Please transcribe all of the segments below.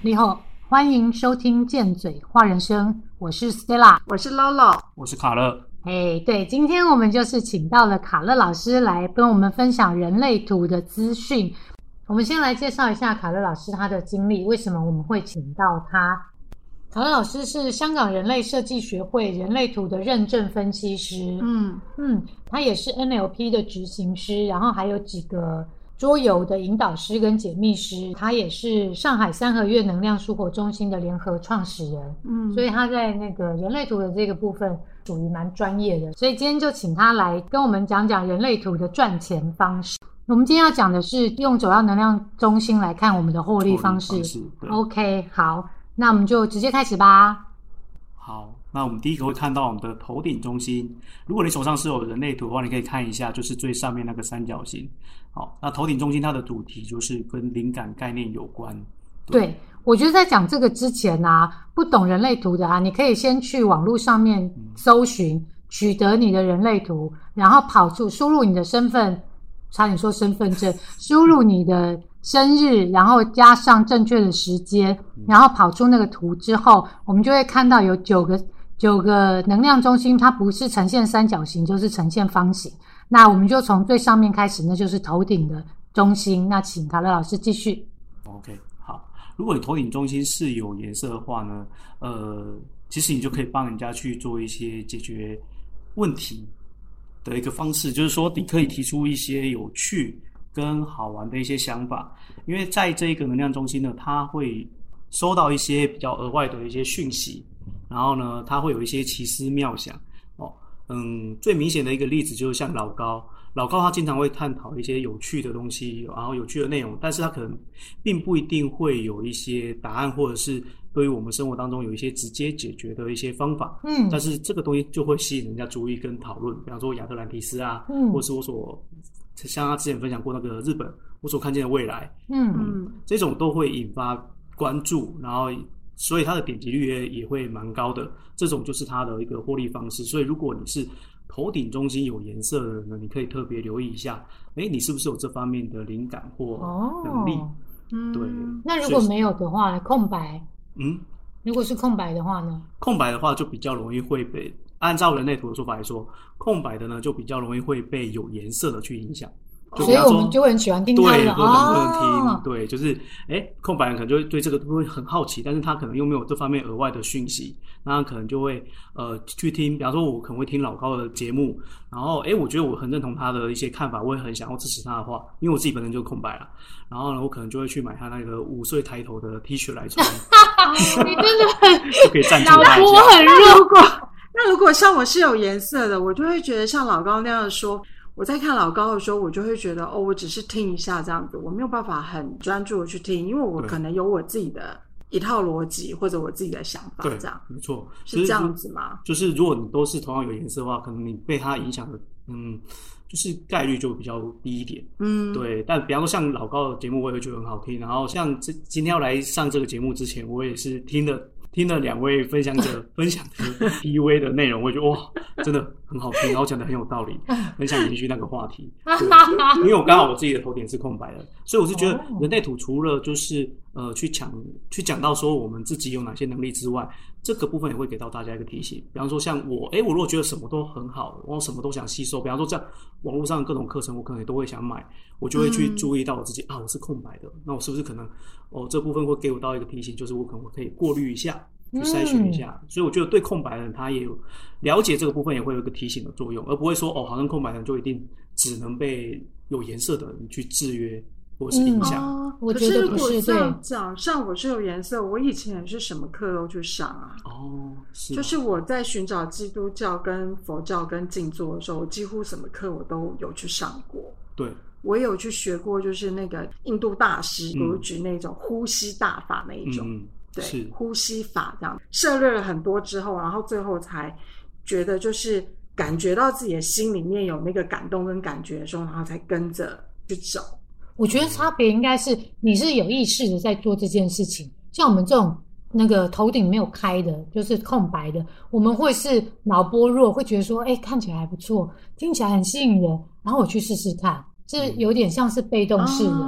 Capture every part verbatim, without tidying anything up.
你好，欢迎收听健嘴话人生，我是 Stella， 我是 Lolo， 我是卡乐。 哎，对，今天我们就是请到了卡乐老师来跟我们分享人类图的资讯。我们先来介绍一下卡乐老师他的经历，为什么我们会请到他。卡乐老师是香港人类设计学会人类图的认证分析师， 嗯嗯，他也是 N L P 的执行师，然后还有几个桌游的引导师跟解密师，他也是上海三合院能量蔬果中心的联合创始人， 嗯， 所以他在那个人类图的这个部分属于蛮专业的，所以今天就请他来跟我们讲讲人类图的赚钱方式。我们今天要讲的是用九曜能量中心来看我们的获利方式。 方式 OK， 好，那我们就直接开始吧。 好，那我们第一个会看到我们的头顶中心。如果你手上是有人类图的话，你可以看一下，就是最上面那个三角形。好，那头顶中心它的主题就是跟灵感概念有关。 对，对，我觉得在讲这个之前啊，不懂人类图的啊，你可以先去网络上面搜寻，嗯、取得你的人类图，然后跑出输入你的身份，差点说身份证，输入你的生日，然后加上正确的时间，然后跑出那个图之后，我们就会看到有九个九个能量中心，它不是呈现三角形，就是呈现方形。那我们就从最上面开始，那就是头顶的中心。那请卡乐老师继续。 OK， 好，如果你头顶中心是有颜色的话呢，呃，其实你就可以帮人家去做一些解决问题的一个方式，就是说你可以提出一些有趣跟好玩的一些想法，因为在这个能量中心呢，它会收到一些比较额外的一些讯息，然后呢，它会有一些奇思妙想哦。嗯，最明显的一个例子就是像老高，老高他经常会探讨一些有趣的东西，然后有趣的内容，但是他可能并不一定会有一些答案，或者是对于我们生活当中有一些直接解决的一些方法。嗯，但是这个东西就会吸引人家注意跟讨论，比方说亚特兰蒂斯啊，嗯，或是我所像他之前分享过那个日本我所看见的未来，嗯嗯，这种都会引发关注，然后所以它的点击率也也会蛮高的，这种就是它的一个获利方式。所以如果你是头顶中心有颜色的人呢，你可以特别留意一下，诶，你是不是有这方面的灵感或能力？哦， 嗯，对。那如果没有的话，空白，嗯，如果是空白的话呢？ 空白的话就比较容易会被，按照人类图的说法来说，空白的呢就比较容易会被有颜色的去影响。 所以我们就会很喜欢听他的， 对，很多人听，哦，对，就是诶空白人可能就会对这个会很好奇，但是他可能又没有这方面额外的讯息，那他可能就会呃去听，比方说我可能会听老高的节目，然后诶我觉得我很认同他的一些看法，我也很想要支持他的话，因为我自己本身就是空白啦，然后呢我可能就会去买他那个五岁抬头的 T 恤来穿。 你真的很就可以赞助他一下。 脑波很弱过。 那如果像我是有颜色的，我就会觉得像老高那样说，我在看老高的时候，我就会觉得哦，我只是听一下这样子，我没有办法很专注的去听，因为我可能有我自己的一套逻辑或者我自己的想法，这样没错， 是这样子吗？ 就是如果你都是同样有颜色的话，可能你被它影响的，嗯，就是概率就比较低一点，嗯，对。但比方说像老高的节目，我也会觉得很好听，然后像这今天要来上这个节目之前，我也是听了。听了两位分享者分享的 P U A 的内容，我觉得哇，真的很好听，然后讲得很有道理，很想延续那个话题。因为我刚好我自己的头点是空白的，所以我是觉得人类图除了就是呃去讲去讲到说我们自己有哪些能力之外，这个部分也会给到大家一个提醒。比方说像我，诶，我如果觉得什么都很好，我什么都想吸收，比方说在网络上各种课程，我可能也都会想买，我就会去注意到我自己，嗯，啊，我是空白的，那我是不是可能哦这部分会给我到一个提醒，就是我可能可以过滤一下。去筛选一下，嗯，所以我觉得对空白人他也有了解这个部分，也会有一个提醒的作用，而不会说哦，好像空白人就一定只能被有颜色的人去制约或是影响。 嗯哦，我觉得不是。 这样讲，像我是有颜色，我以前也是什么课都去上啊。哦，是。就是我在寻找基督教跟佛教跟静坐的时候，我几乎什么课我都有去上过。 对。 我有去学过，就是那个印度大师格局那种呼吸大法那一种。嗯，对，呼吸法这样涉猎了很多之后，然后最后才觉得就是感觉到自己的心里面有那个感动跟感觉的时候，然后才跟着去走。 我觉得差别应该是你是有意识的在做这件事情，像我们这种那个头顶没有开的，就是空白的，我们会是脑波弱，会觉得说哎，看起来还不错，听起来很吸引人，然后我去试试看，这有点像是被动式的。 嗯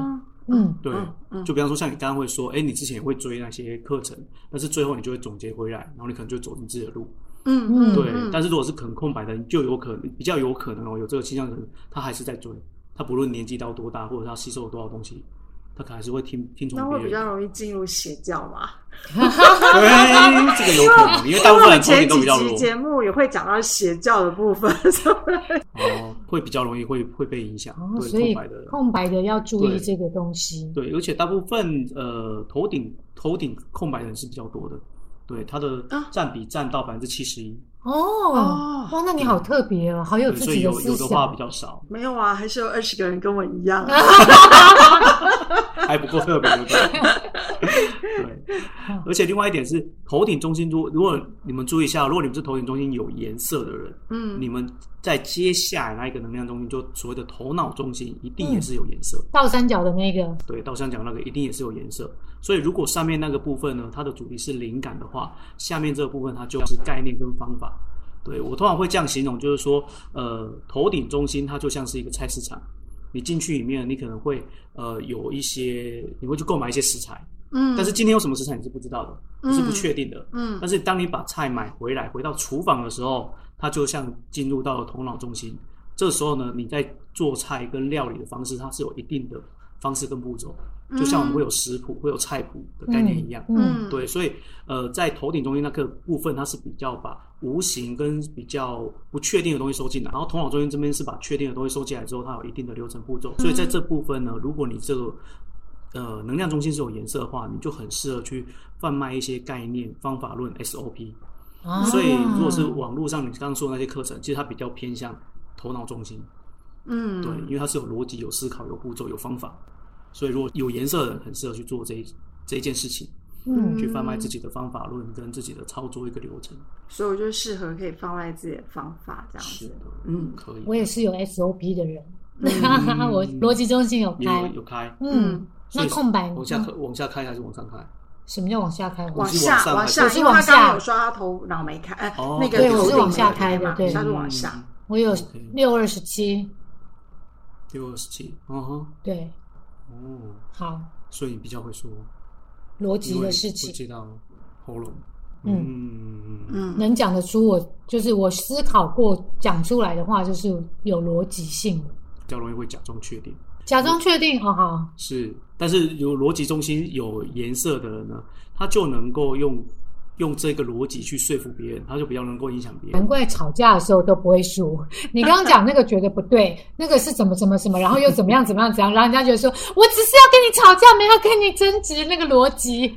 嗯， 对，就比方说像你刚刚会说，哎，你之前也会追那些课程，但是最后你就会总结回来，然后你可能就走你自己的路。 嗯嗯， 对。但是如果是可能空白的，你就有可能比较有可能哦，有这个倾向的人，他还是在追，他不论年纪到多大，或者他吸收了多少东西。他可能还是会听听从别人， 那会比较容易进入邪教嘛？ 对，这个有可能，因为大部分人头顶都比较弱。 前几集节目也会讲到邪教的部分， 哦，会比较容易会会被影响。 哦， 对， 所以空白的空白的要注意这个东西。 对，而且大部分呃头顶头顶空白的人是比较多的，对，它的占比占到百分之七十一。 哦，哇，那你好特别哦，好有自己的思想。 所以有有的话比较少。 没有啊，还是有二十个人跟我一样， 还不够特别，对不对？对，而且另外一点是，头顶中心，如如果你们注意一下，如果你们是头顶中心有颜色的人，嗯，你们在接下来那一个能量中心，就所谓的头脑中心，一定也是有颜色。 嗯、倒三角的那个， 对，倒三角那个一定也是有颜色。所以如果上面那个部分呢，它的主题是灵感的话，下面这个部分它就是概念跟方法。对，我通常会这样形容，就是说，呃，头顶中心它就像是一个菜市场，你进去里面，你可能会呃有一些，你会去购买一些食材，嗯，但是今天有什么食材你是不知道的，你是不确定的，嗯，但是当你把菜买回来，回到厨房的时候，它就像进入到了头脑中心，这时候呢，你在做菜跟料理的方式，它是有一定的方式跟步骤。就像我们会有食谱、会有菜谱的概念一样，嗯，对，所以呃，在头顶中心那个部分，它是比较把无形跟比较不确定的东西收进来，然后头脑中心这边是把确定的东西收进来之后，它有一定的流程步骤，所以在这部分呢，如果你这个呃能量中心是有颜色的话，你就很适合去贩卖一些概念、方法论 S O P。啊、所以如果是网络上你刚刚说的那些课程，其实它比较偏向头脑中心，嗯，对，因为它是有逻辑、有思考、有步骤、有方法。所以如果有颜色的人很适合去做这一这一件事情，嗯，去贩卖自己的方法论跟自己的操作一个流程。 所以我就适合可以贩卖自己的方法这样子。 嗯，可以。 我也是有 S O P 的人，嗯、我逻辑中心有开， 有有开。 嗯，那空白往下往下开还是往上开？ 什么叫往下开？ 往下往下， 因为他刚刚有说他头脑没开，哎， 哦、 那个对，我是往下开的，对， 他是往下。 我有六二十七， 六二十七，嗯哼， 对。 哦， 好， 所以你比较会说逻辑的事情， 会接到喉咙， 嗯嗯，能讲得出我就是我思考过讲出来的话，就是有逻辑性的， 比较容易会假装确定， 假装确定哦，好是，但是有逻辑中心有颜色的人呢，他就能够用。用这个逻辑去说服别人，他就比较能够影响别人。 难怪吵架的时候都不会输。你刚刚讲那个觉得不对，那个是怎么怎么什么，然后又怎么样怎么样怎样，然后人家觉得说我只是要跟你吵架，没有跟你争执那个逻辑。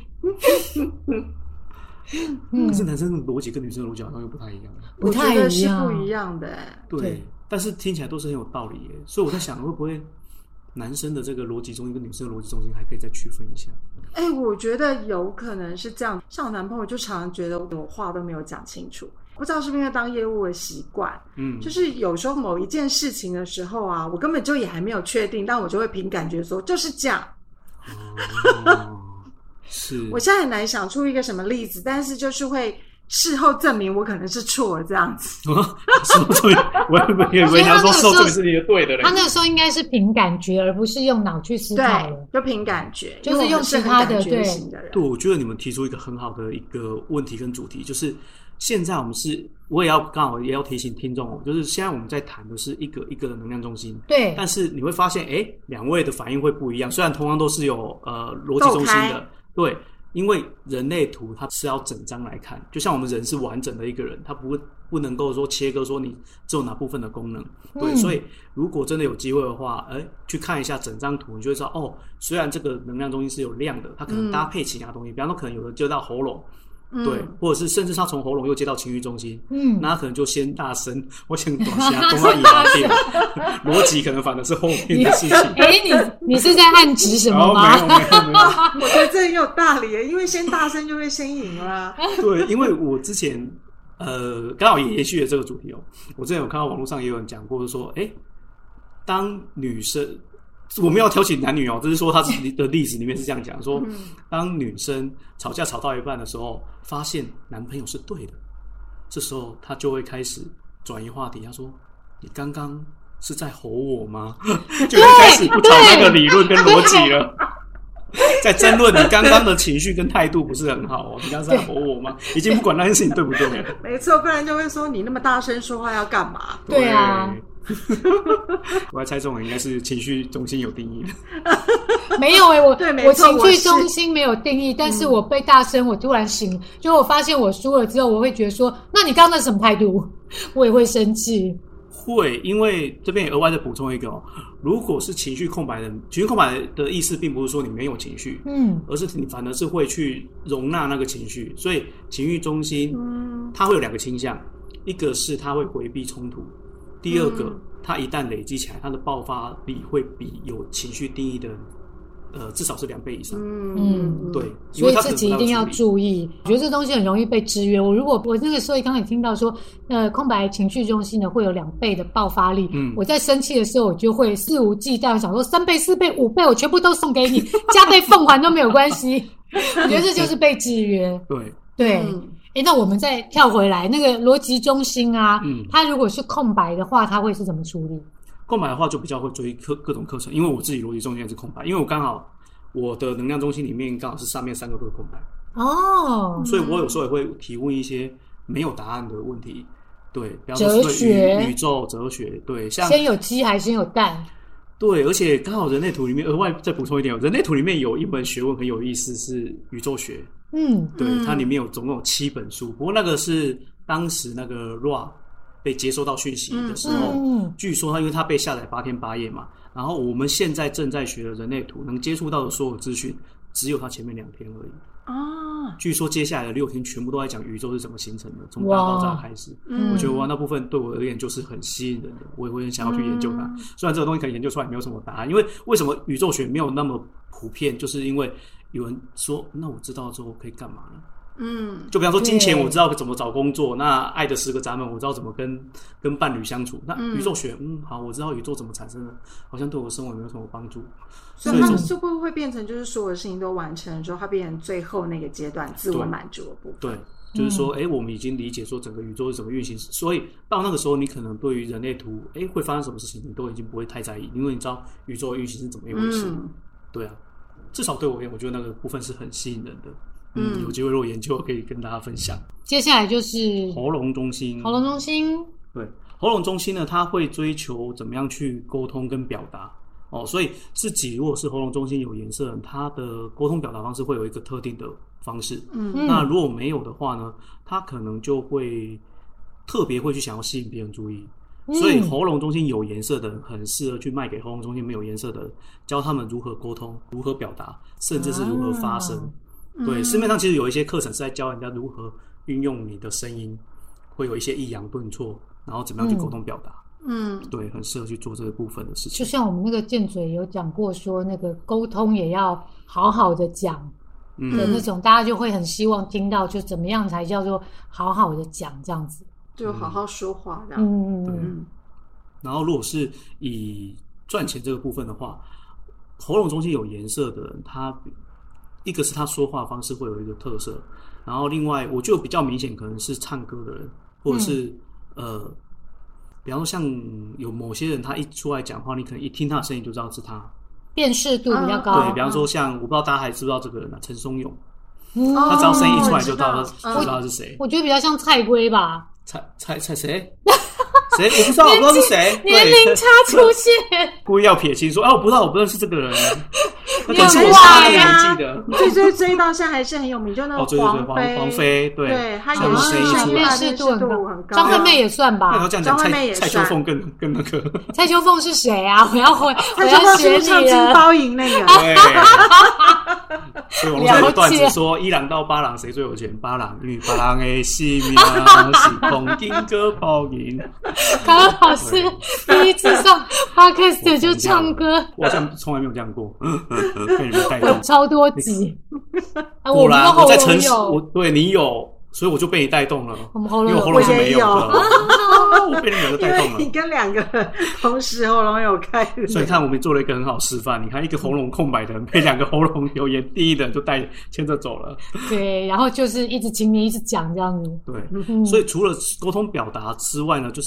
可是男生的逻辑跟女生的逻辑好像又不太一样， 不太一样， 是不一样的。 对，对，但是听起来都是很有道理耶。所以我在想，会不会男生的这个逻辑中心跟女生的逻辑中心还可以再区分一下？ 哎、欸，我觉得有可能是这样。像我男朋友就常常觉得我话都没有讲清楚，不知道是不是因为当业务的习惯，嗯，就是有时候某一件事情的时候啊，我根本就也还没有确定，但我就会凭感觉说就是这样。 哦，是。 我现在很难想出一个什么例子，但是就是会事后证明我可能是错了这样子。 事后证明，我以为你要说事后证明是你的对的嘞。 他那个时候应该是凭感觉，而不是用脑去思考了。 对，就凭感觉， 就是用其他的。对， 对，我觉得你们提出一个很好的一个问题跟主题，就是现在我们是，我也要刚好也要提醒听众哦，就是现在我们在谈的是一个一个的能量中心。 对。 但是你会发现，哎，两位的反应会不一样，虽然同样都是有呃逻辑中心的，对。因为人类图它是要整张来看，就像我们人是完整的一个人，它不不能够说切割说你只有哪部分的功能，对，嗯、所以如果真的有机会的话，哎，去看一下整张图，你就会知道哦，虽然这个能量中心是有亮的，它可能搭配其他东西，嗯、比方说可能有的接到喉咙。对，或者是甚至他从喉咙又接到情绪中心，嗯，那他可能就先大声，我先短下，东他牙掉，逻辑可能反而是后面的事情。 哎，你你是在暗指什么吗？ 没有没有没有， 我觉得这很有道理，因为先大声就会先赢啦。 对，因为我之前呃刚好也延续了这个主题哦，我之前有看到网络上也有人讲过，就是说，哎，当女生。我没有挑起男女哦，只是说他的例子里面是这样讲，说当女生吵架吵到一半的时候，发现男朋友是对的，这时候他就会开始转移话题。他说：“你刚刚是在吼我吗？就开始不讨那个理论跟逻辑了。在争论你刚刚的情绪跟态度不是很好哦，你刚刚是在吼我吗？已经不管那件事情对不对了。 没错，不然就会说你那么大声说话要干嘛？ 对啊。 我还猜中了，应该是情绪中心有定义的。 没有哎、欸，我对， 我情绪中心没有定义，但是我被大声，我突然醒，就我发现我输了之后，我会觉得说，那你刚刚那什么态度？我也会生气。 会，因为这边也额外再补充一个哦，如果是情绪空白的，情绪空白的意思并不是说你没有情绪，嗯，而是你反而是会去容纳那个情绪，所以情绪中心，嗯，它会有两个倾向，一个是它会回避冲突，第二个，嗯，它一旦累积起来，它的爆发力会比有情绪定义的人。呃，至少是两倍以上。嗯，对， 所以自己一定要注意。我觉得这东西很容易被制约。我如果我那个时候刚刚也听到说，呃，空白情绪中心呢会有两倍的爆发力。嗯，我在生气的时候，我就会肆无忌惮，想说三倍、四倍、五倍，我全部都送给你，加倍奉还都没有关系。我觉得这就是被制约。 对对。嗯欸，那我们再跳回来，那个逻辑中心啊，嗯，它如果是空白的话，它会是怎么处理？ 空白的话就比较会追课各种课程，因为我自己逻辑中心也是空白，因为我刚好我的能量中心里面刚好是上面三个都是空白哦，所以我有时候也会提问一些没有答案的问题，对，比方说哲学、 宇宙、哲学，对，像先有鸡还是先有蛋？ 对，而且刚好人类图里面额外再补充一点，人类图里面有一本学问很有意思，是宇宙学，嗯，对，它里面有总共有七本书，不过那个是当时那个 R A 被接收到讯息的时候，嗯、据说他因为他被下载八天八夜嘛，然后我们现在正在学的人类图能接触到的所有资讯，只有他前面两天而已啊。据说接下来的六天全部都在讲宇宙是怎么形成的，从大爆炸开始。嗯、我觉得哇，那部分对我而言就是很吸引人的，我也会很想要去研究它。嗯、虽然这个东西可能研究出来没有什么答案，因为为什么宇宙学没有那么普遍，就是因为有人说，那我知道之后可以干嘛呢？嗯，就比方说金钱，我知道怎么找工作；那爱的十个闸门，我知道怎么跟跟伴侣相处。那宇宙学，嗯，好，我知道宇宙怎么产生的，好像对我生活没有什么帮助。 所以它是不是会变成，就是所有事情都完成了之后，它变成最后那个阶段自我满足的部分？ 对，就是说，哎、欸，我们已经理解说整个宇宙是怎么运行，所以到那个时候，你可能对于人类图，哎、欸，会发生什么事情，你都已经不会太在意，因为你知道宇宙的运行是怎么一回事。嗯、对啊，至少对我而言，我觉得那个部分是很吸引人的。嗯，有机会如果研究可以跟大家分享。 接下来就是喉咙中心。 喉咙中心， 对，喉咙中心呢，它会追求怎么样去沟通跟表达哦，所以自己如果是喉咙中心有颜色人，他的沟通表达方式会有一个特定的方式。嗯，那如果没有的话呢，他可能就会特别会去想要吸引别人注意。所以喉咙中心有颜色的人很适合去卖给喉咙中心没有颜色的人，教他们如何沟通、如何表达，甚至是如何发声。啊对，市面上其实有一些课程是在教人家如何运用你的声音，会有一些抑扬顿挫，然后怎么样去沟通表达。嗯，对，很适合去做这个部分的事情。 就像我们那个剑嘴有讲过说，那个沟通也要好好的讲的那种，嗯、大家就会很希望听到，就怎么样才叫做好好的讲这样子， 就好好说话这样。 嗯嗯。然后，如果是以赚钱这个部分的话，喉咙中心有颜色的人，他。一个是他说话方式会有一个特色，然后另外我就比较明显可能是唱歌的人，或者是、嗯、呃，比方说像有某些人他一出来讲话，你可能一听他的声音就知道是他， 辨识度比较高。 对，比方说像我不知道大家还知不知道这个人啊，陈松勇，嗯、他只要声音一出来就知道、嗯、就知道他是谁。 我觉得比较像蔡龟吧。 蔡蔡蔡谁？谁？我不知道，我不知道是谁。 年龄差出现， 故意要撇清说，哎、啊，我不知道，我不认识这个人。 你很坏呀！追追追到现在还是很有名，就那个黄飞， 黄飞，对， 对，他也是辨识度很高。张惠妹也算吧， 张惠妹也算。蔡秋凤更更那个。 蔡秋凤是谁啊？我要回，我要学你了。唱金包银那个。 对。所以网络上有段子说，一郎到八郎谁最有钱？八郎，因为八郎的性命是黄金割包银。 刚刚老师第一次上 podcast 就唱歌， 我好像从来没有这样过。被你们带动超多集， 果然我在城市，我对你有，所以我就被你带动了。 我们喉咙因为我喉咙是没有的，我被你们带动了。 你跟两个同时喉咙有开， 所以看我们做了一个很好示范。你看一个喉咙空白的人被两个喉咙有颜第一的人就带牵着走了。 对，然后就是一直请你一直讲这样子。 对，所以除了沟通表达之外呢，就是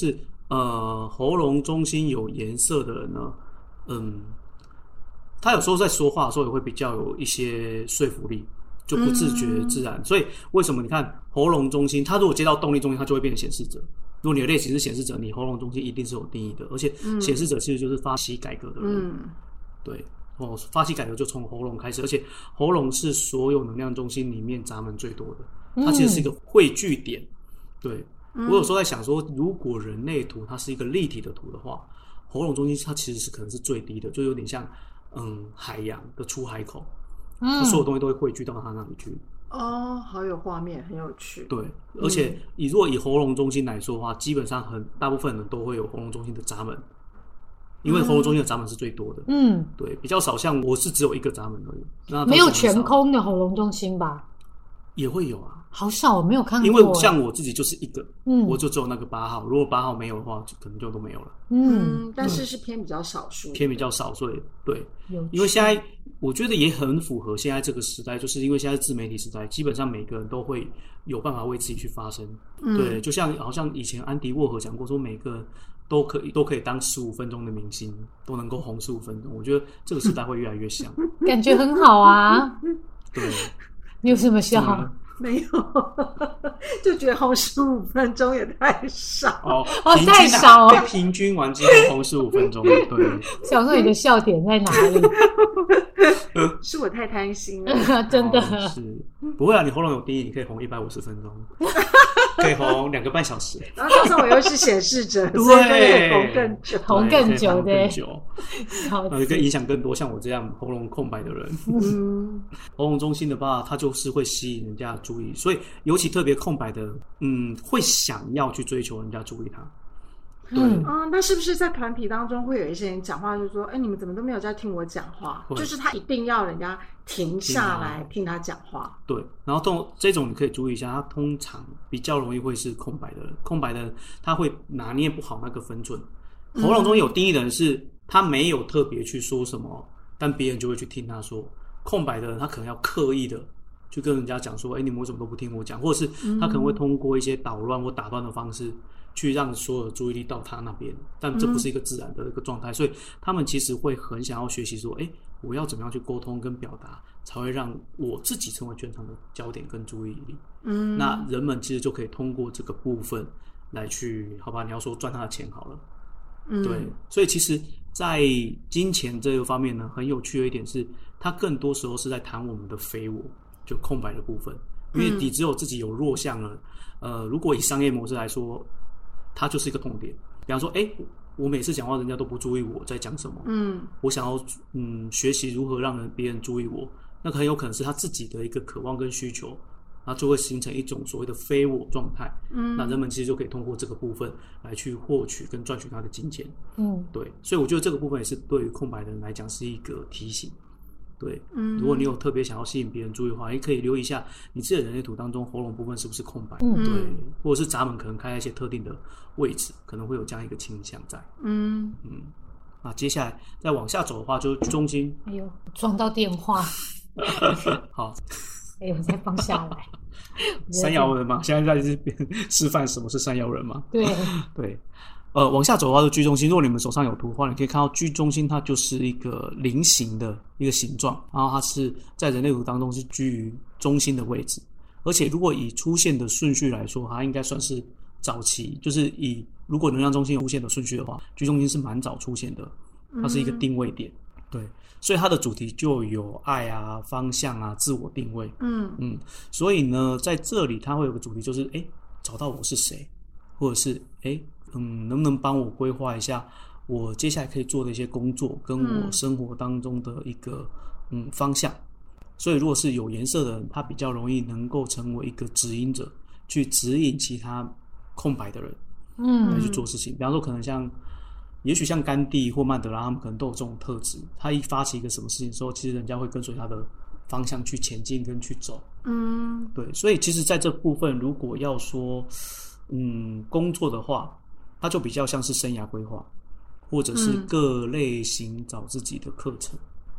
呃喉咙中心有颜色的人呢，嗯，他有时候在说话的时候也会比较有一些说服力，就不自觉自然。嗯、所以为什么你看喉咙中心，它如果接到动力中心，它就会变成显示者。如果你的类型是显示者，你喉咙中心一定是有定义的，而且显示者其实就是发起改革的人。嗯，对。哦，发起改革就从喉咙开始，而且喉咙是所有能量中心里面闸门最多的，它其实是一个汇聚点。对，我有时候在想说，如果人类图它是一个立体的图的话，喉咙中心它其实是可能是最低的，就有点像嗯海洋的出海口，它所有东西都会汇聚到它那里去。 哦，好有画面，很有趣。 对，而且以如果以喉咙中心来说的话，基本上很大部分人都会有喉咙中心的闸门。因为喉咙中心的闸门是最多的，嗯，对，比较少像我是只有一个闸门而已，那没有全空的喉咙中心吧？ 也会有啊， 好少，我没有看过。 因为像我自己就是一个，嗯，我就只有那个八号，如果八号没有的话，就可能就都没有了。 嗯，但是是偏比较少数， 偏比较少，所以对，因为现在我觉得也很符合现在这个时代，就是因为现在自媒体时代，基本上每个人都会有办法为自己去发声。嗯、对，就像好像以前安迪沃荷讲过，说每个人都可以都可以当十五分钟的明星，都能够红十五分钟。我觉得这个时代会越来越像， 感觉很好啊。 对， 你有什么笑？ 没有，就觉得红十五分钟也太少哦， 哦太少被平均完之后红十五分钟，对。 想说你的笑点在哪里？ 是我太贪心了， 真的、 哦、是不会啊，你喉咙有定义，你可以红一百五十分钟。可以红两个半小时， 然后加上我又是显示者，所以可以红更久， 红更久的， 更久，然后可以影响更多像我这样喉咙空白的人。嗯，喉咙中心的话，它就是会吸引人家的注意，所以尤其特别空白的，嗯，会想要去追求人家注意他。 对啊、嗯，那是不是在团体当中会有一些人讲话，就说：“哎，你们怎么都没有在听我讲话？”就是他一定要人家停下来听他讲话。 对，然后通这种你可以注意一下，他通常比较容易会是空白的人，空白的人他会拿捏不好那个分寸。喉咙中有定义的人是他没有特别去说什么，但别人就会去听他说。空白的人他可能要刻意的去跟人家讲说：“哎，你们为什么都不听我讲？”或者是他可能会通过一些捣乱或打断的方式。去让所有的注意力到他那边，但这不是一个自然的一个状态、嗯、所以他们其实会很想要学习说，哎，我要怎么样去沟通跟表达，才会让我自己成为全场的焦点跟注意力。嗯，那人们其实就可以通过这个部分来去，好吧，你要说赚他的钱好了。嗯，对，所以其实在金钱这个方面呢，很有趣的一点是，它更多时候是在谈我们的非我，就空白的部分，因为你只有自己有弱项了。呃，如果以商业模式来说，它就是一个痛点。比方说，哎，我每次讲话，人家都不注意我在讲什么。嗯，我想要嗯学习如何让人别人注意我，那很有可能是他自己的一个渴望跟需求，那就会形成一种所谓的非我状态。嗯，那人们其实就可以通过这个部分来去获取跟赚取他的金钱。嗯，对，所以我觉得这个部分也是对于空白的人来讲是一个提醒。对，嗯，如果你有特别想要吸引别人注意的话，也可以留意一下你自己的人类图当中喉咙部分是不是空白，嗯，对，或者是闸门可能开在一些特定的位置，可能会有这样一个倾向在，嗯嗯。那接下来再往下走的话，就是中心。 哎呦，撞到电话。 好， 哎呦，再放下来。 山摇人嘛，现在在这边示范什么是山摇人嘛？ 对对。呃，往下走的话是居中心。如果你们手上有图的话，你可以看到居中心它就是一个菱形的一个形状，然后它是在人类图当中是居于中心的位置。而且如果以出现的顺序来说，它应该算是早期，就是以如果能量中心有出现的顺序的话，居中心是蛮早出现的，它是一个定位点。嗯、对，所以它的主题就有爱啊、方向啊、自我定位。嗯嗯，所以呢，在这里它会有个主题，就是哎，找到我是谁，或者是哎。嗯，能不能帮我规划一下我接下来可以做的一些工作，跟我生活当中的一个 嗯, 嗯方向？所以，如果是有颜色的人，他比较容易能够成为一个指引者，去指引其他空白的人，嗯，来去做事情。比方说，可能像，也许像甘地或曼德拉，他们可能都有这种特质。他一发起一个什么事情的时候，其实人家会跟随他的方向去前进跟去走。嗯，对。所以，其实在这部分，如果要说嗯工作的话，它就比较像是生涯规划，或者是各类型找自己的课程。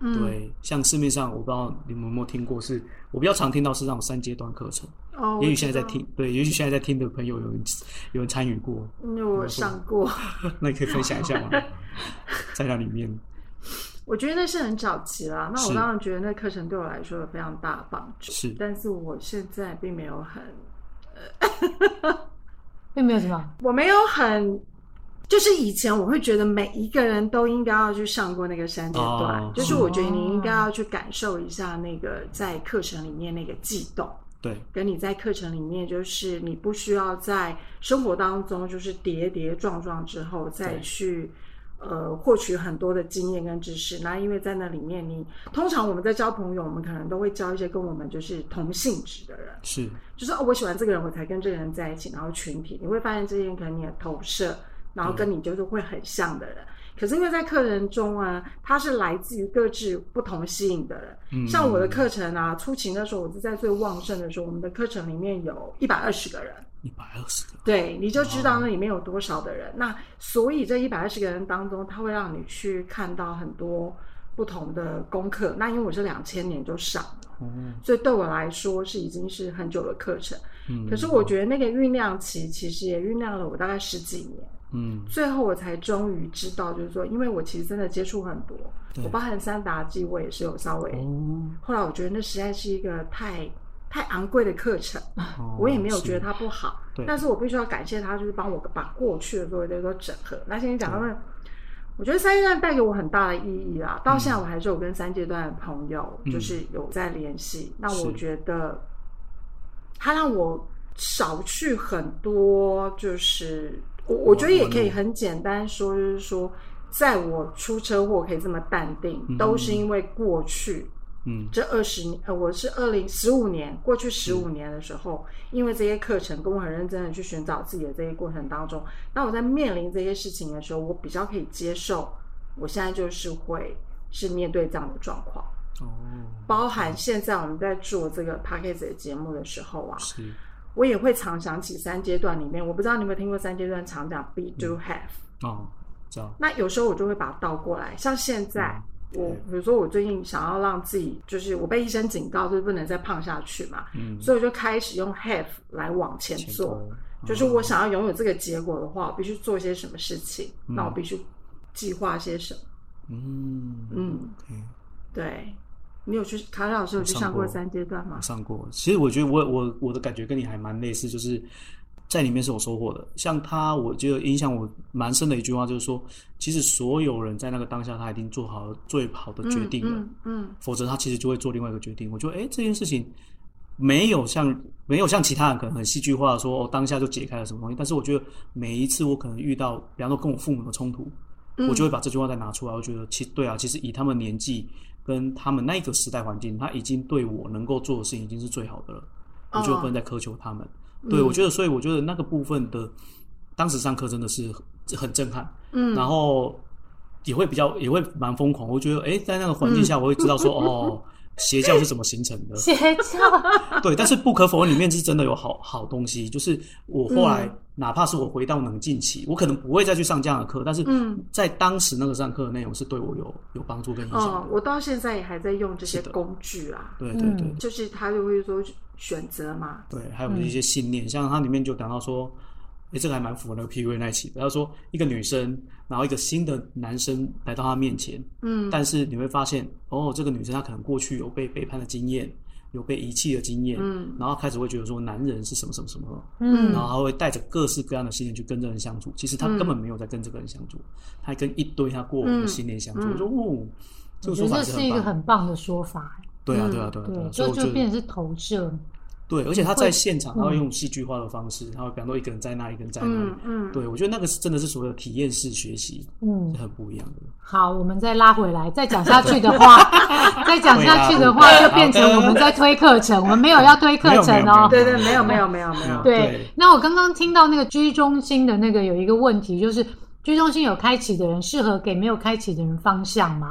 嗯、对，像市面上我不知道你们有没有听过，是我比较常听到是那种三阶段课程。哦，也许现在在听，对，也许现在在听的朋友有人有人参与过， 因为我上过。 那你可以分享一下吗？在那里面， 我觉得那是很早期啦。那我当然觉得那课程对我来说有非常大的帮助， 是， 但是我现在并没有很， 呃、并没有什么， 我没有很。就是以前我会觉得每一个人都应该要去上过那个三阶段，哦、就是我觉得你应该要去感受一下那个在课程里面那个悸动， 对， 跟你在课程里面就是你不需要在生活当中就是跌跌撞撞之后再去呃获取很多的经验跟知识。那因为在那里面你通常我们在交朋友，我们可能都会交一些跟我们就是同性质的人， 是， 就是哦我喜欢这个人我才跟这个人在一起，然后群体你会发现这些人可能你的投射。然后跟你就是会很像的人，可是因为在课程中啊，他是来自于各自不同吸引的人。嗯，像我的课程啊，初期那时候我是在最旺盛的时候，我们的课程里面有一百二十个人。 一百二十个， 对，你就知道那里面有多少的人。哦、那所以这一百二十个人当中，他会让你去看到很多不同的功课。那因为我是两千年就上了，嗯，所以对我来说是已经是很久的课程。嗯，可是我觉得那个酝酿期其实也酝酿了我大概十几年。嗯，最后我才终于知道，就是说，因为我其实真的接触很多，我包含三达基，我也是有稍微。哦、后来我觉得那实在是一个太太昂贵的课程，哦、我也没有觉得它不好，但是我必须要感谢他，就是帮我把过去的所有的都整合。那现在讲到那，我觉得三阶段带给我很大的意义啦。到现在我还是有跟三阶段的朋友，嗯、就是有在联系。那我觉得他让我少去很多，就是。我我觉得也可以很简单说，就是说，在我出车祸可以这么淡定，嗯、都是因为过去，嗯，这二十年，呃，我是二零十五年，过去十五年的时候，因为这些课程跟我很认真的去寻找自己的这些过程当中，那我在面临这些事情的时候，我比较可以接受，我现在就是会是面对这样的状况，哦，包含现在我们在做这个 Podcast 的节目的时候啊，是。我也会常想起三阶段里面，我不知道你有没有听过三阶段常讲 be do have、嗯、哦，知道。那有时候我就会把它倒过来，像现在、嗯、我比如说我最近想要让自己，就是我被医生警告就是不能再胖下去嘛，嗯，所以我就开始用 have 来往前做，前就是我想要拥有这个结果的话，我必须做些什么事情，嗯、那我必须计划些什么，嗯嗯，嗯对。你有去卡老师有去上过三阶段吗？ 上过，其实我觉得我我我的感觉跟你还蛮类似，就是在里面是有收获的。像他，我觉得影响我蛮深的一句话就是说，其实所有人在那个当下，他已经做好了最好的决定了，嗯，嗯嗯否则他其实就会做另外一个决定。我觉得，哎，这件事情没有像没有像其他人可能很戏剧化的说，哦，当下就解开了什么东西。但是我觉得每一次我可能遇到，比方说跟我父母的冲突，嗯、我就会把这句话再拿出来。我觉得，其对啊，其实以他们年纪。跟他们那一个时代环境，他已经对我能够做的事情已经是最好的了，我就不能再苛求他们。哦、对，我觉得，所以我觉得那个部分的，当时上课真的是很震撼，嗯，然后也会比较也会蛮疯狂。我觉得，哎，在那个环境下，我会知道说，嗯、哦，邪教是怎么形成的。 邪教， 对，但是不可否认，里面是真的有好好东西。就是我后来，嗯、哪怕是我回到冷静期，我可能不会再去上这样的课，但是在当时那个上课的内容是对我有有帮助跟影响的。 哦，我到现在也还在用这些工具啊。 对对对， 就是他就会说选择嘛。 对，还有一些信念，嗯、像它里面就讲到说。诶，这个还蛮符合那个 P U A 那一期的。他说，一个女生，然后一个新的男生来到她面前，嗯，但是你会发现，哦，这个女生她可能过去有被背叛的经验，有被遗弃的经验，嗯，然后开始会觉得说，男人是什么什么什么，嗯，然后她会带着各式各样的信念去跟这个人相处。其实她根本没有在跟这个人相处，她还跟一堆她过往的信念相处。我说，哦，这个说法是很棒， 这是一个很棒的说法。 对啊，对啊，对啊，对啊， 就就变成是投射。 对，而且他在现场，他会用戏剧化的方式，他会比方说一个人在那，一个人在那里。嗯嗯，对，我觉得那个是真的是所谓的体验式学习，嗯，是很不一样的。 好，我们再拉回来，再讲下去的话，再讲下去的话，就变成我们在推课程，我们没有要推课程哦。 对对，没有没有没有没有。 对，那我刚刚听到那个居中心的那个有一个问题，就是居中心有开启的人适合给没有开启的人方向吗？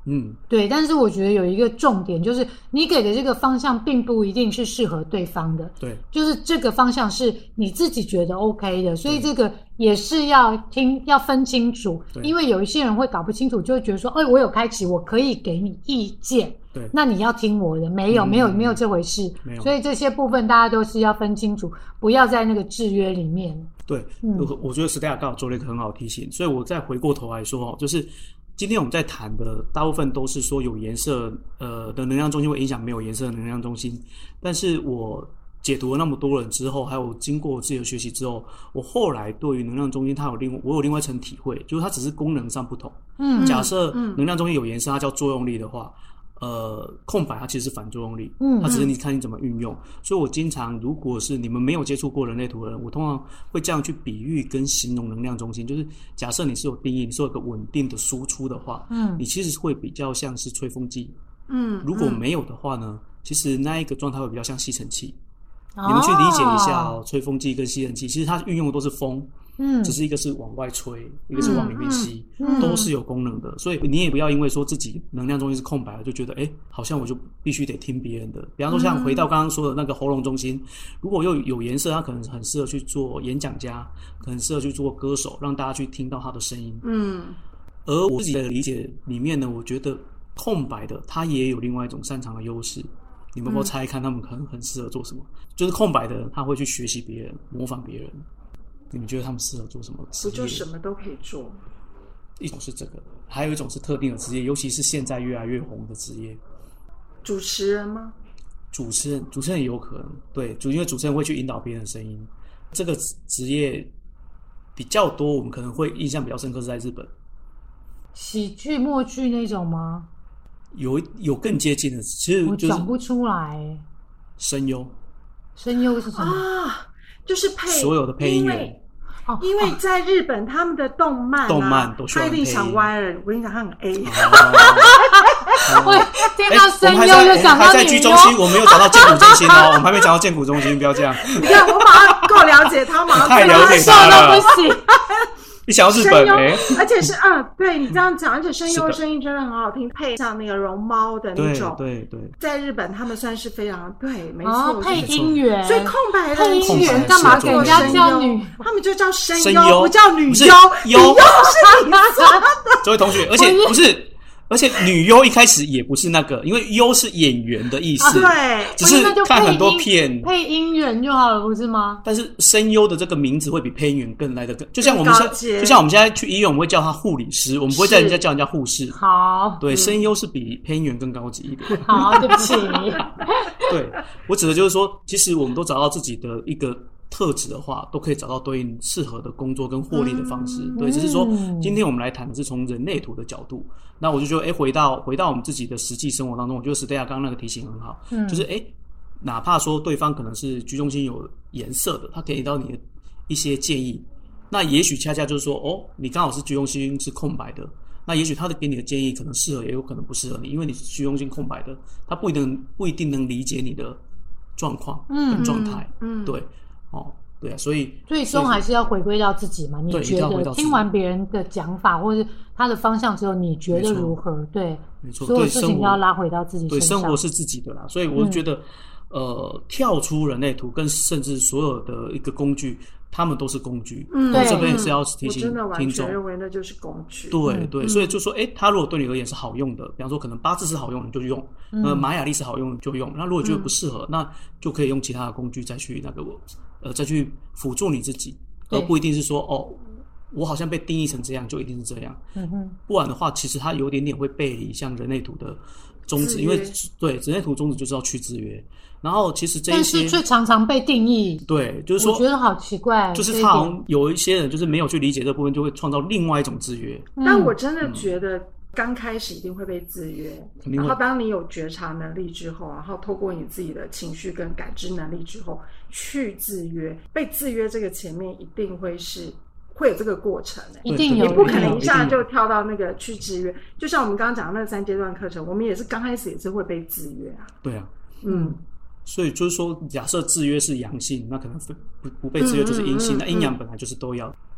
嗯，对，但是我觉得有一个重点，就是你给的这个方向并不一定是适合对方的， 对， 就是这个方向是你自己觉得 OK 的，所以这个也是要听要分清楚，因为有一些人会搞不清楚，就会觉得说，哎，我有开启，我可以给你意见，对，那你要听我的，没有、嗯、没有没有这回事，所以这些部分大家都是要分清楚，不要在那个制约里面。 对，嗯、我觉得史黛亚刚好做了一个很好的提醒，所以我再回过头来说，就是今天我们在谈的大部分都是说有颜色呃的能量中心会影响没有颜色的能量中心，但是我解读了那么多人之后，还有经过我自己的学习之后，我后来对于能量中心它有另我有另外一层体会，就是它只是功能上不同。嗯，假设能量中心有颜色，它叫作用力的话，呃，空白它其实是反作用力，嗯，它只是你看你怎么运用。所以我经常，如果是你们没有接触过人类图的人，我通常会这样去比喻跟形容能量中心，就是假设你是有定义，你是有一个稳定的输出的话，嗯，你其实会比较像是吹风机，嗯，如果没有的话呢，其实那一个状态会比较像吸尘器。你们去理解一下哦，吹风机跟吸尘器，其实它运用的都是风，嗯，只是一个是往外吹，一个是往里面吸，嗯、都是有功能的。所以你也不要因为说自己能量中心是空白了，就觉得哎，好像我就必须得听别人的。比方说，像回到刚刚说的那个喉咙中心，如果又有颜色，它可能很适合去做演讲家，可能适合去做歌手，让大家去听到他的声音。嗯，而我自己的理解里面呢，我觉得空白的它也有另外一种擅长的优势。你们要不要猜看他们可能很适合做什么？就是空白的人，他会去学习别人，模仿别人。你们觉得他们适合做什么职业？ 不就什么都可以做？ 一种是这个，还有一种是特定的职业，尤其是现在越来越红的职业。 主持人吗？ 主持人，主持人也有可能，对，因为主持人会去引导别人的声音。这个职业比较多，我们可能会印象比较深刻是在日本。 喜剧、默剧那种吗？ 有有更接近的，其实、就是、 我讲不出来。 声优， 声优是什么啊？就是配所有的配音员。 哦，因为在日本他们的动漫、啊， 动漫都需要配音。 他一定想歪了，我跟你讲，他很 A。 我听到声优就想到还在居中心，我没有找到建谷中心哦，我们还没找到建谷中心，不要这样。 你看，我马上够了解他，马上太了解他了， 不行。 你想要日本哎， 而且是嗯，对你这样讲，而且声优的声音真的很好听，配像那个绒猫的那种， 对对对， 在日本他们算是非常对，没错， 哦、配音员， 所以空白的配音员干嘛给人家叫女？ 他们就叫声优，不叫女优， 优是你说的， 这位同学，而且不是。而且女优一开始也不是那个，因为优是演员的意思， 啊、对， 只是看很多片配音员就好了，不是吗？ 但是声优的这个名字会比配音员更来的更，就像我们现在，就像我们现在去医院，我们会叫他护理师，我们不会在人家叫人家护士。 好， 对，声优是比配音员更高级一点。 好，对不起。 对，我指的就是说，其实我们都找到自己的一个特质的话，都可以找到对应适合的工作跟获利的方式。嗯、对，只是说今天我们来谈的是从人类图的角度。那我就觉得，哎，回到回到我们自己的实际生活当中，我觉得史黛亚刚刚那个提醒很好，嗯、就是哎，哪怕说对方可能是居中心有颜色的，他给到你的一些建议，那也许恰恰就是说，哦，你刚好是居中心是空白的，那也许他的给你的建议可能适合，也有可能不适合你，因为你是居中心空白的，他不一定不一定能理解你的状况跟状态，嗯，对，哦。对啊，所以最终还是要回归到自己嘛。你觉得听完别人的讲法或者他的方向之后，你觉得如何？对， 没错， 所有事情都要拉回到自己身上。 对，生活是自己的啦，所以我觉得，嗯、呃，跳出人类图跟甚至所有的一个工具，他们都是工具。嗯，对，这边也是要提醒听众，我真的完全认为那就是工具。 对对，嗯、所以就说，哎，他如果对你而言是好用的，比方说可能八字是好用，你就用；嗯、呃，玛雅历是好用，你就用。那如果觉得不适合，嗯、那就可以用其他的工具再去那个。呃，再去辅助你自己，而不一定是说哦，我好像被定义成这样，就一定是这样。嗯哼，不然的话，其实它有点点会背离像人类图的宗旨，因为对人类图宗旨就是要去制约。然后其实这一些， 但是却常常被定义。 对，就是说， 我觉得好奇怪， 就是他好像有一些人就是没有去理解这部分，就会创造另外一种制约。 嗯、但我真的觉得。嗯刚开始一定会被制约，然后当你有觉察能力之后，然后透过你自己的情绪跟感知能力之后去制约，被制约这个前面一定会是会有这个过程、欸， 一定有， 你不可能一下就跳到那个去制约。就像我们刚刚讲的那三阶段课程，我们也是刚开始也是会被制约啊。 对啊，嗯，所以就是说，假设制约是阳性，那可能不不被制约就是阴性，嗯嗯嗯、那阴阳本来就是都要。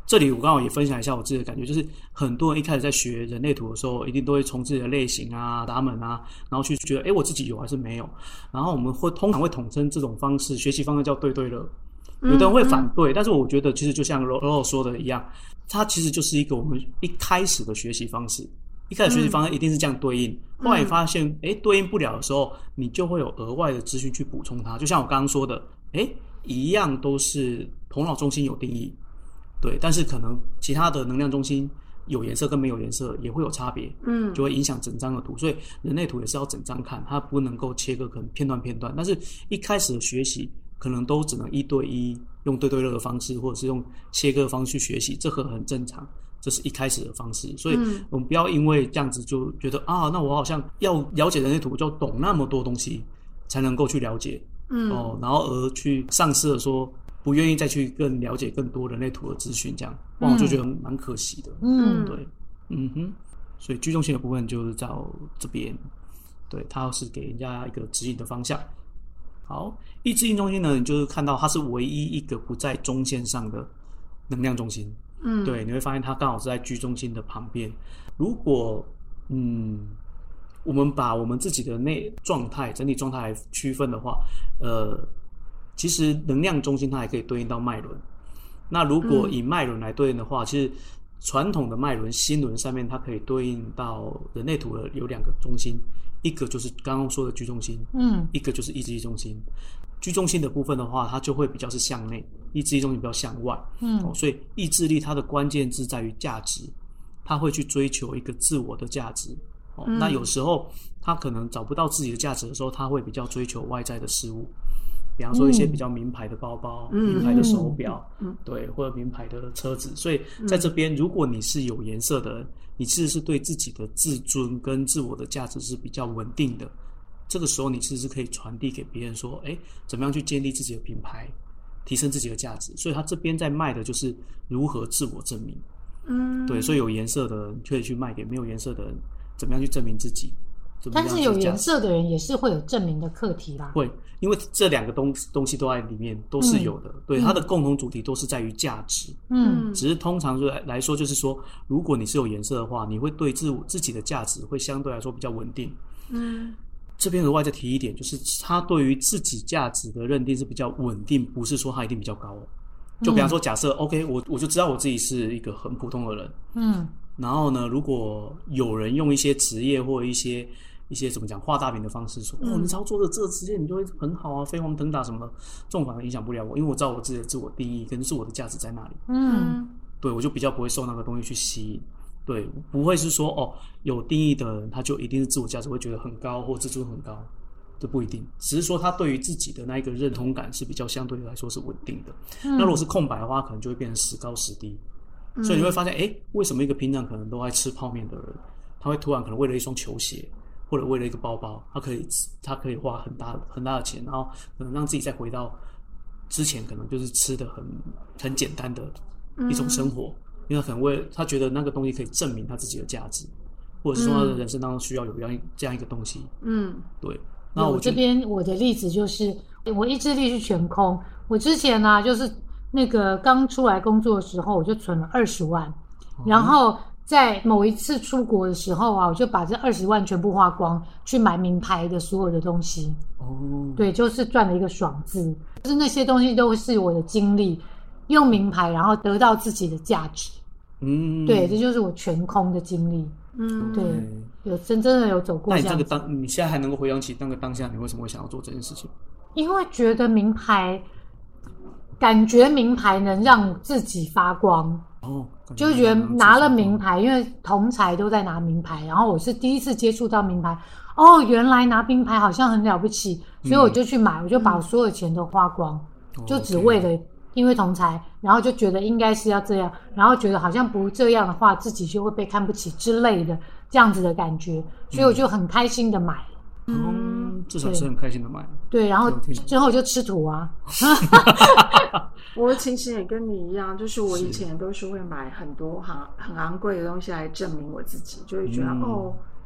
这里我刚好也分享一下我自己的感觉，就是很多人一开始在学人类图的时候，一定都会从自己的类型啊、闸门啊，然后去觉得，哎，我自己有还是没有？然后我们会通常会统称这种方式，学习方式叫对对乐。有的人会反对，嗯嗯但是我觉得其实就像 Roro 说的一样，它其实就是一个我们一开始的学习方式。一开始学习方式一定是这样对应，嗯、后来你发现，哎，对应不了的时候，你就会有额外的资讯去补充它。就像我刚刚说的，哎，一样都是头脑中心有定义。对，但是可能其他的能量中心有颜色跟没有颜色也会有差别，嗯，就会影响整张的图。所以人类图也是要整张看，它不能够切割可能片段片段。但是一开始的学习可能都只能一对一用对对乐的方式，或者是用切割的方式去学习，这个很正常。这是一开始的方式，所以我们不要因为这样子就觉得啊，那我好像要了解人类图就懂那么多东西才能够去了解，嗯，哦，然后而去丧失了说不愿意再去更了解更多人类图的资讯，这样，哇，我就觉得蛮可惜的，嗯，对，嗯哼，所以居中性的部分就是到这边，对，它是给人家一个指引的方向。好，意志力中心呢，你就是看到它是唯一一个不在中线上的能量中心。嗯，对，你会发现它刚好是在居中心的旁边。如果嗯，我们把我们自己的内状态、整体状态来区分的话，呃，其实能量中心它还可以对应到脉轮。那如果以脉轮来对应的话，嗯、其实传统的脉轮心轮上面它可以对应到人类图的有两个中心，一个就是刚刚说的居中心，嗯，一个就是意志力中心。居中心的部分的话，它就会比较是向内，意志力中心比较向外，嗯、哦，所以意志力它的关键字在于价值，它会去追求一个自我的价值，哦，嗯、那有时候他可能找不到自己的价值的时候，他会比较追求外在的事物，比方说一些比较名牌的包包、嗯、名牌的手表，嗯、对，或者名牌的车子。所以在这边，如果你是有颜色的人，你其实是对自己的自尊跟自我的价值是比较稳定的。这个时候你其实是可以传递给别人说，哎，怎么样去建立自己的品牌，提升自己的价值。所以他这边在卖的就是如何自我证明。嗯，对，所以有颜色的人可以去卖给没有颜色的人，怎么样去证明自己。 但是有颜色的人也是会有证明的课题啦。 会，因为这两个东东西都在里面，都是有的。嗯、对，它的共同主题都是在于价值。嗯，只是通常来来说，就是说，如果你是有颜色的话，你会对自自己的价值会相对来说比较稳定。嗯。这边额外再提一点，就是他对于自己价值的认定是比较稳定，不是说他一定比较高。就比方说，假设、嗯、OK， 我我就知道我自己是一个很普通的人，嗯，然后呢，如果有人用一些职业或一些一些怎么讲画大饼的方式说，嗯、哦，你只要做的这个职业，你就会很好啊，飞黄腾达什么的，这种反而影响不了我，因为我知道我自己的自我定义跟自我的价值在哪里。嗯，对，我就比较不会受那个东西去吸引。对，不会是说哦，有定义的人他就一定是自我价值会觉得很高或自尊很高，这不一定。只是说他对于自己的那一个认同感是比较相对来说是稳定的。嗯、那如果是空白的话，可能就会变成时高时低。嗯、所以你会发现，哎，为什么一个平常可能都爱吃泡面的人，他会突然可能为了一双球鞋或者为了一个包包，他可以他可以花很大很大的钱，然后可能让自己再回到之前可能就是吃的很很简单的一种生活。嗯，因为他可能为他觉得那个东西可以证明他自己的价值，或者是说他的人生当中需要有这样一个东西。嗯，对。那我这边我的例子就是，我意志力是全空。我之前呢、啊，就是那个刚出来工作的时候，我就存了二十万，哦、然后在某一次出国的时候啊，我就把这二十万全部花光，去买名牌的所有的东西。哦，对，就是赚了一个爽字。就是那些东西都是我的经历。用名牌，然后得到自己的价值。嗯，对，这就是我全空的经历。嗯，对，有真真的有走过这样。 那你这个当，你现在还能够回想起那个当下，你为什么会想要做这件事情？ 因为觉得名牌，感觉名牌能让自己发光。哦，就觉得拿了名牌，因为同侪都在拿名牌，然后我是第一次接触到名牌。哦，原来拿名牌好像很了不起，所以我就去买，我就把我所有钱都花光，嗯、就只为了。因为同才，然后就觉得应该是要这样，然后觉得好像不这样的话，自己就会被看不起之类的这样子的感觉，所以我就很开心的买。 嗯，至少是很开心的买。 对，然后之后就吃土啊。 我的情形也跟你一样，就是我以前都是会买很多很很昂贵的东西来证明我自己，就会觉得、嗯、哦，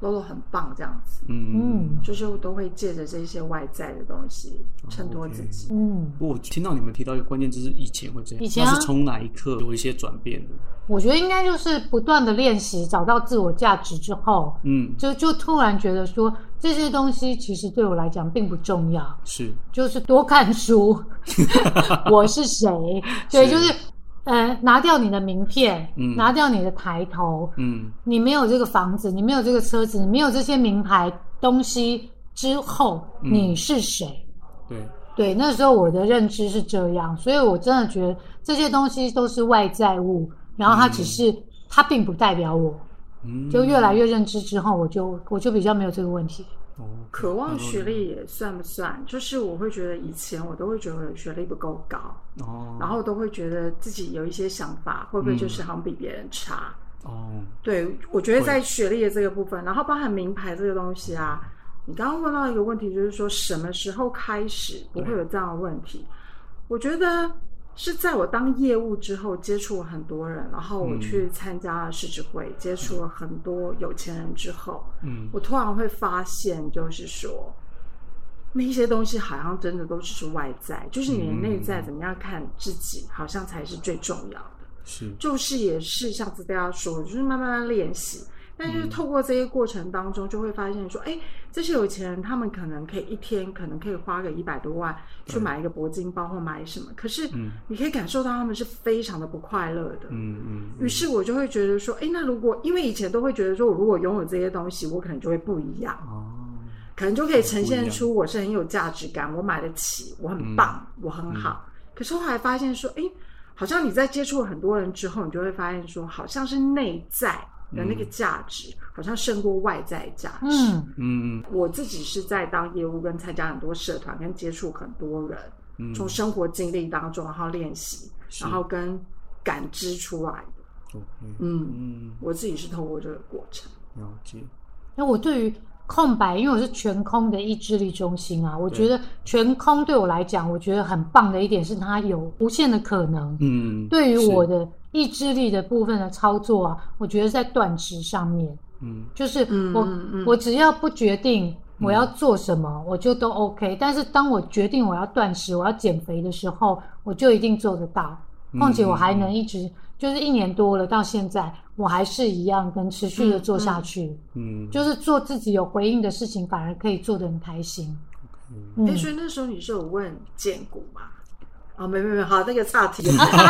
Lolo 很棒这样子，嗯，就是都会借着这些外在的东西衬托自己。 哦 okay、嗯，我听到你们提到一个关键字是以前会这样，以前、啊、那是从哪一刻有一些转变的？ 我觉得应该就是不断的练习，找到自我价值之后，嗯，就就突然觉得说这些东西其实对我来讲并不重要， 是， 就是多看书，我是谁？对，就是。呃，拿掉你的名片，嗯，拿掉你的抬头，嗯，你没有这个房子，你没有这个车子，你没有这些名牌东西之后，嗯、你是谁？ 对对，那时候我的认知是这样，所以我真的觉得这些东西都是外在物，然后它只是、嗯、它并不代表我，嗯，就越来越认知之后，我就我就比较没有这个问题。 哦，渴望学历也算不算？就是我会觉得以前我都会觉得学历不够高，哦，然后都会觉得自己有一些想法，会不会就是好像比别人差？哦，对，我觉得在学历的这个部分，然后包含名牌这个东西啊，你刚刚问到一个问题，就是说什么时候开始不会有这样的问题？我觉得是在我当业务之后，接触了很多人，然后我去参加了世执会，嗯、接触了很多有钱人之后，嗯，我突然会发现，就是说，那些东西好像真的都只是外在，就是你的内在怎么样看自己，好像才是最重要的。 是， 就是也是像大家说，就是慢慢练习。但是透过这些过程当中，就会发现说，哎，这些有钱人他们可能可以一天可能可以花个一百多万去买一个铂金包或买什么，可是你可以感受到他们是非常的不快乐的。嗯嗯。于是我就会觉得说，哎，那如果因为以前都会觉得说，我如果拥有这些东西，我可能就会不一样。哦。可能就可以呈现出我是很有价值感，我买得起，我很棒，嗯、我很好。嗯、可是后来发现说，哎，好像你在接触了很多人之后，你就会发现说，好像是内在的那个价值、嗯、好像胜过外在价值。嗯嗯，我自己是在当业务跟参加很多社团跟接触很多人、嗯、从生活经历当中然后练习然后跟感知出来的。嗯嗯，我自己是透过这个过程了解。 那我对于空白，因为我是全空的意志力中心啊，我觉得全空对我来讲，我觉得很棒的一点是它有无限的可能。嗯，对于我的意志力的部分的操作啊，我觉得在断食上面，嗯，就是我、嗯嗯、我只要不决定我要做什么，嗯、我就都 OK。但是当我决定我要断食、我要减肥的时候，我就一定做得到。况且我还能一直、嗯、就是一年多了到现在，我还是一样跟持续的做下去。嗯，就是做自己有回应的事情，反而可以做得很开心。 嗯，欸、所以那时候你是有问荐股吗？啊、哦，没没没，好，那个岔题。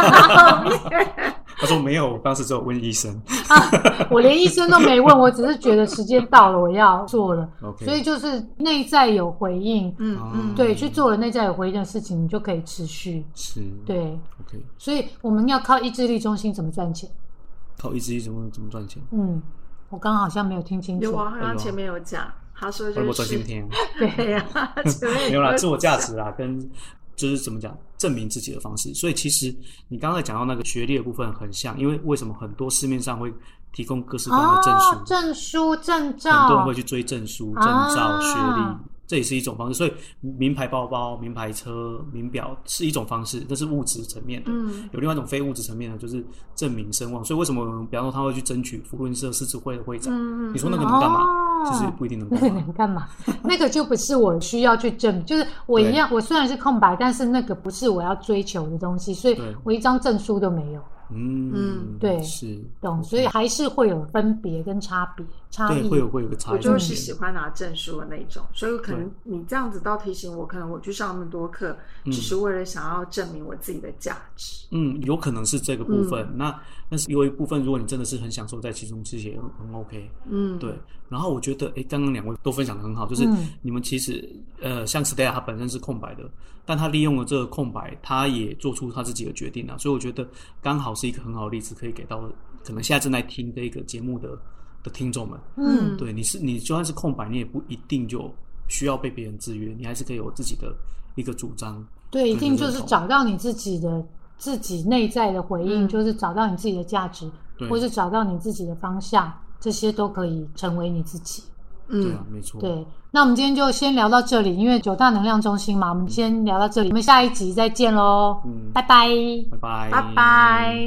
他说没有，我当时只有问医生、 啊，我连医生都没问，我只是觉得时间到了，我要做了。Okay. 所以就是内在有回应，嗯嗯，对，去做了内在有回应的事情，你就可以持续。 是， 对 ，OK。 所以我们要靠意志力中心怎么赚钱？ 靠意志力怎么怎么赚钱？ 嗯，我刚刚好像没有听清楚。 有啊，他前面有讲，他说就是我专心听。 对呀、啊， 没有啦，自我价值啦，跟。就是怎么讲证明自己的方式，所以其实你刚才讲到那个学历的部分很像，因为为什么很多市面上会提供各式各样的证书、 哦、证书、证照， 很多人会去追证书、证照、啊、学历，这也是一种方式。所以名牌包包、名牌车、名表是一种方式，这是物质层面的。嗯，有另外一种非物质层面的，就是证明声望。所以为什么比方说他会去争取福伦社狮子会的会长？嗯、你说那个能干嘛？哦其实不一定能干嘛， 那个能干嘛？那个就不是我需要去证明，就是我一样，我虽然是空白，但是那个不是我要追求的东西，所以我一张证书都没有。嗯嗯，对， 是懂，所以还是会有分别跟差别，差异对，会有会有个差异。 我就是喜欢拿证书的那种，所以可能你这样子倒提醒我，可能我去上那么多课，只是为了想要证明我自己的价值。 嗯，有可能是这个部分。嗯、那但是有一部分，如果你真的是很享受在其中，其实也很 OK。嗯，对。然后我觉得，哎，刚刚两位都分享得很好，就是你们其实、嗯、呃，像 Stella 她本身是空白的，但她利用了这个空白，她也做出她自己的决定啊。所以我觉得刚好是一个很好的例子，可以给到可能现在正在听这个节目的的听众们。嗯，对，你是你就算是空白，你也不一定就需要被别人制约，你还是可以有自己的一个主张。 对，一定就是找到你自己的自己内在的回应，嗯、就是找到你自己的价值，或是找到你自己的方向。这些都可以成为你自己。 嗯，对啊，没错。 对，那我们今天就先聊到这里，因为九大能量中心嘛，我们先聊到这里，我们下一集再见咯。嗯，拜拜， 拜拜， 拜拜。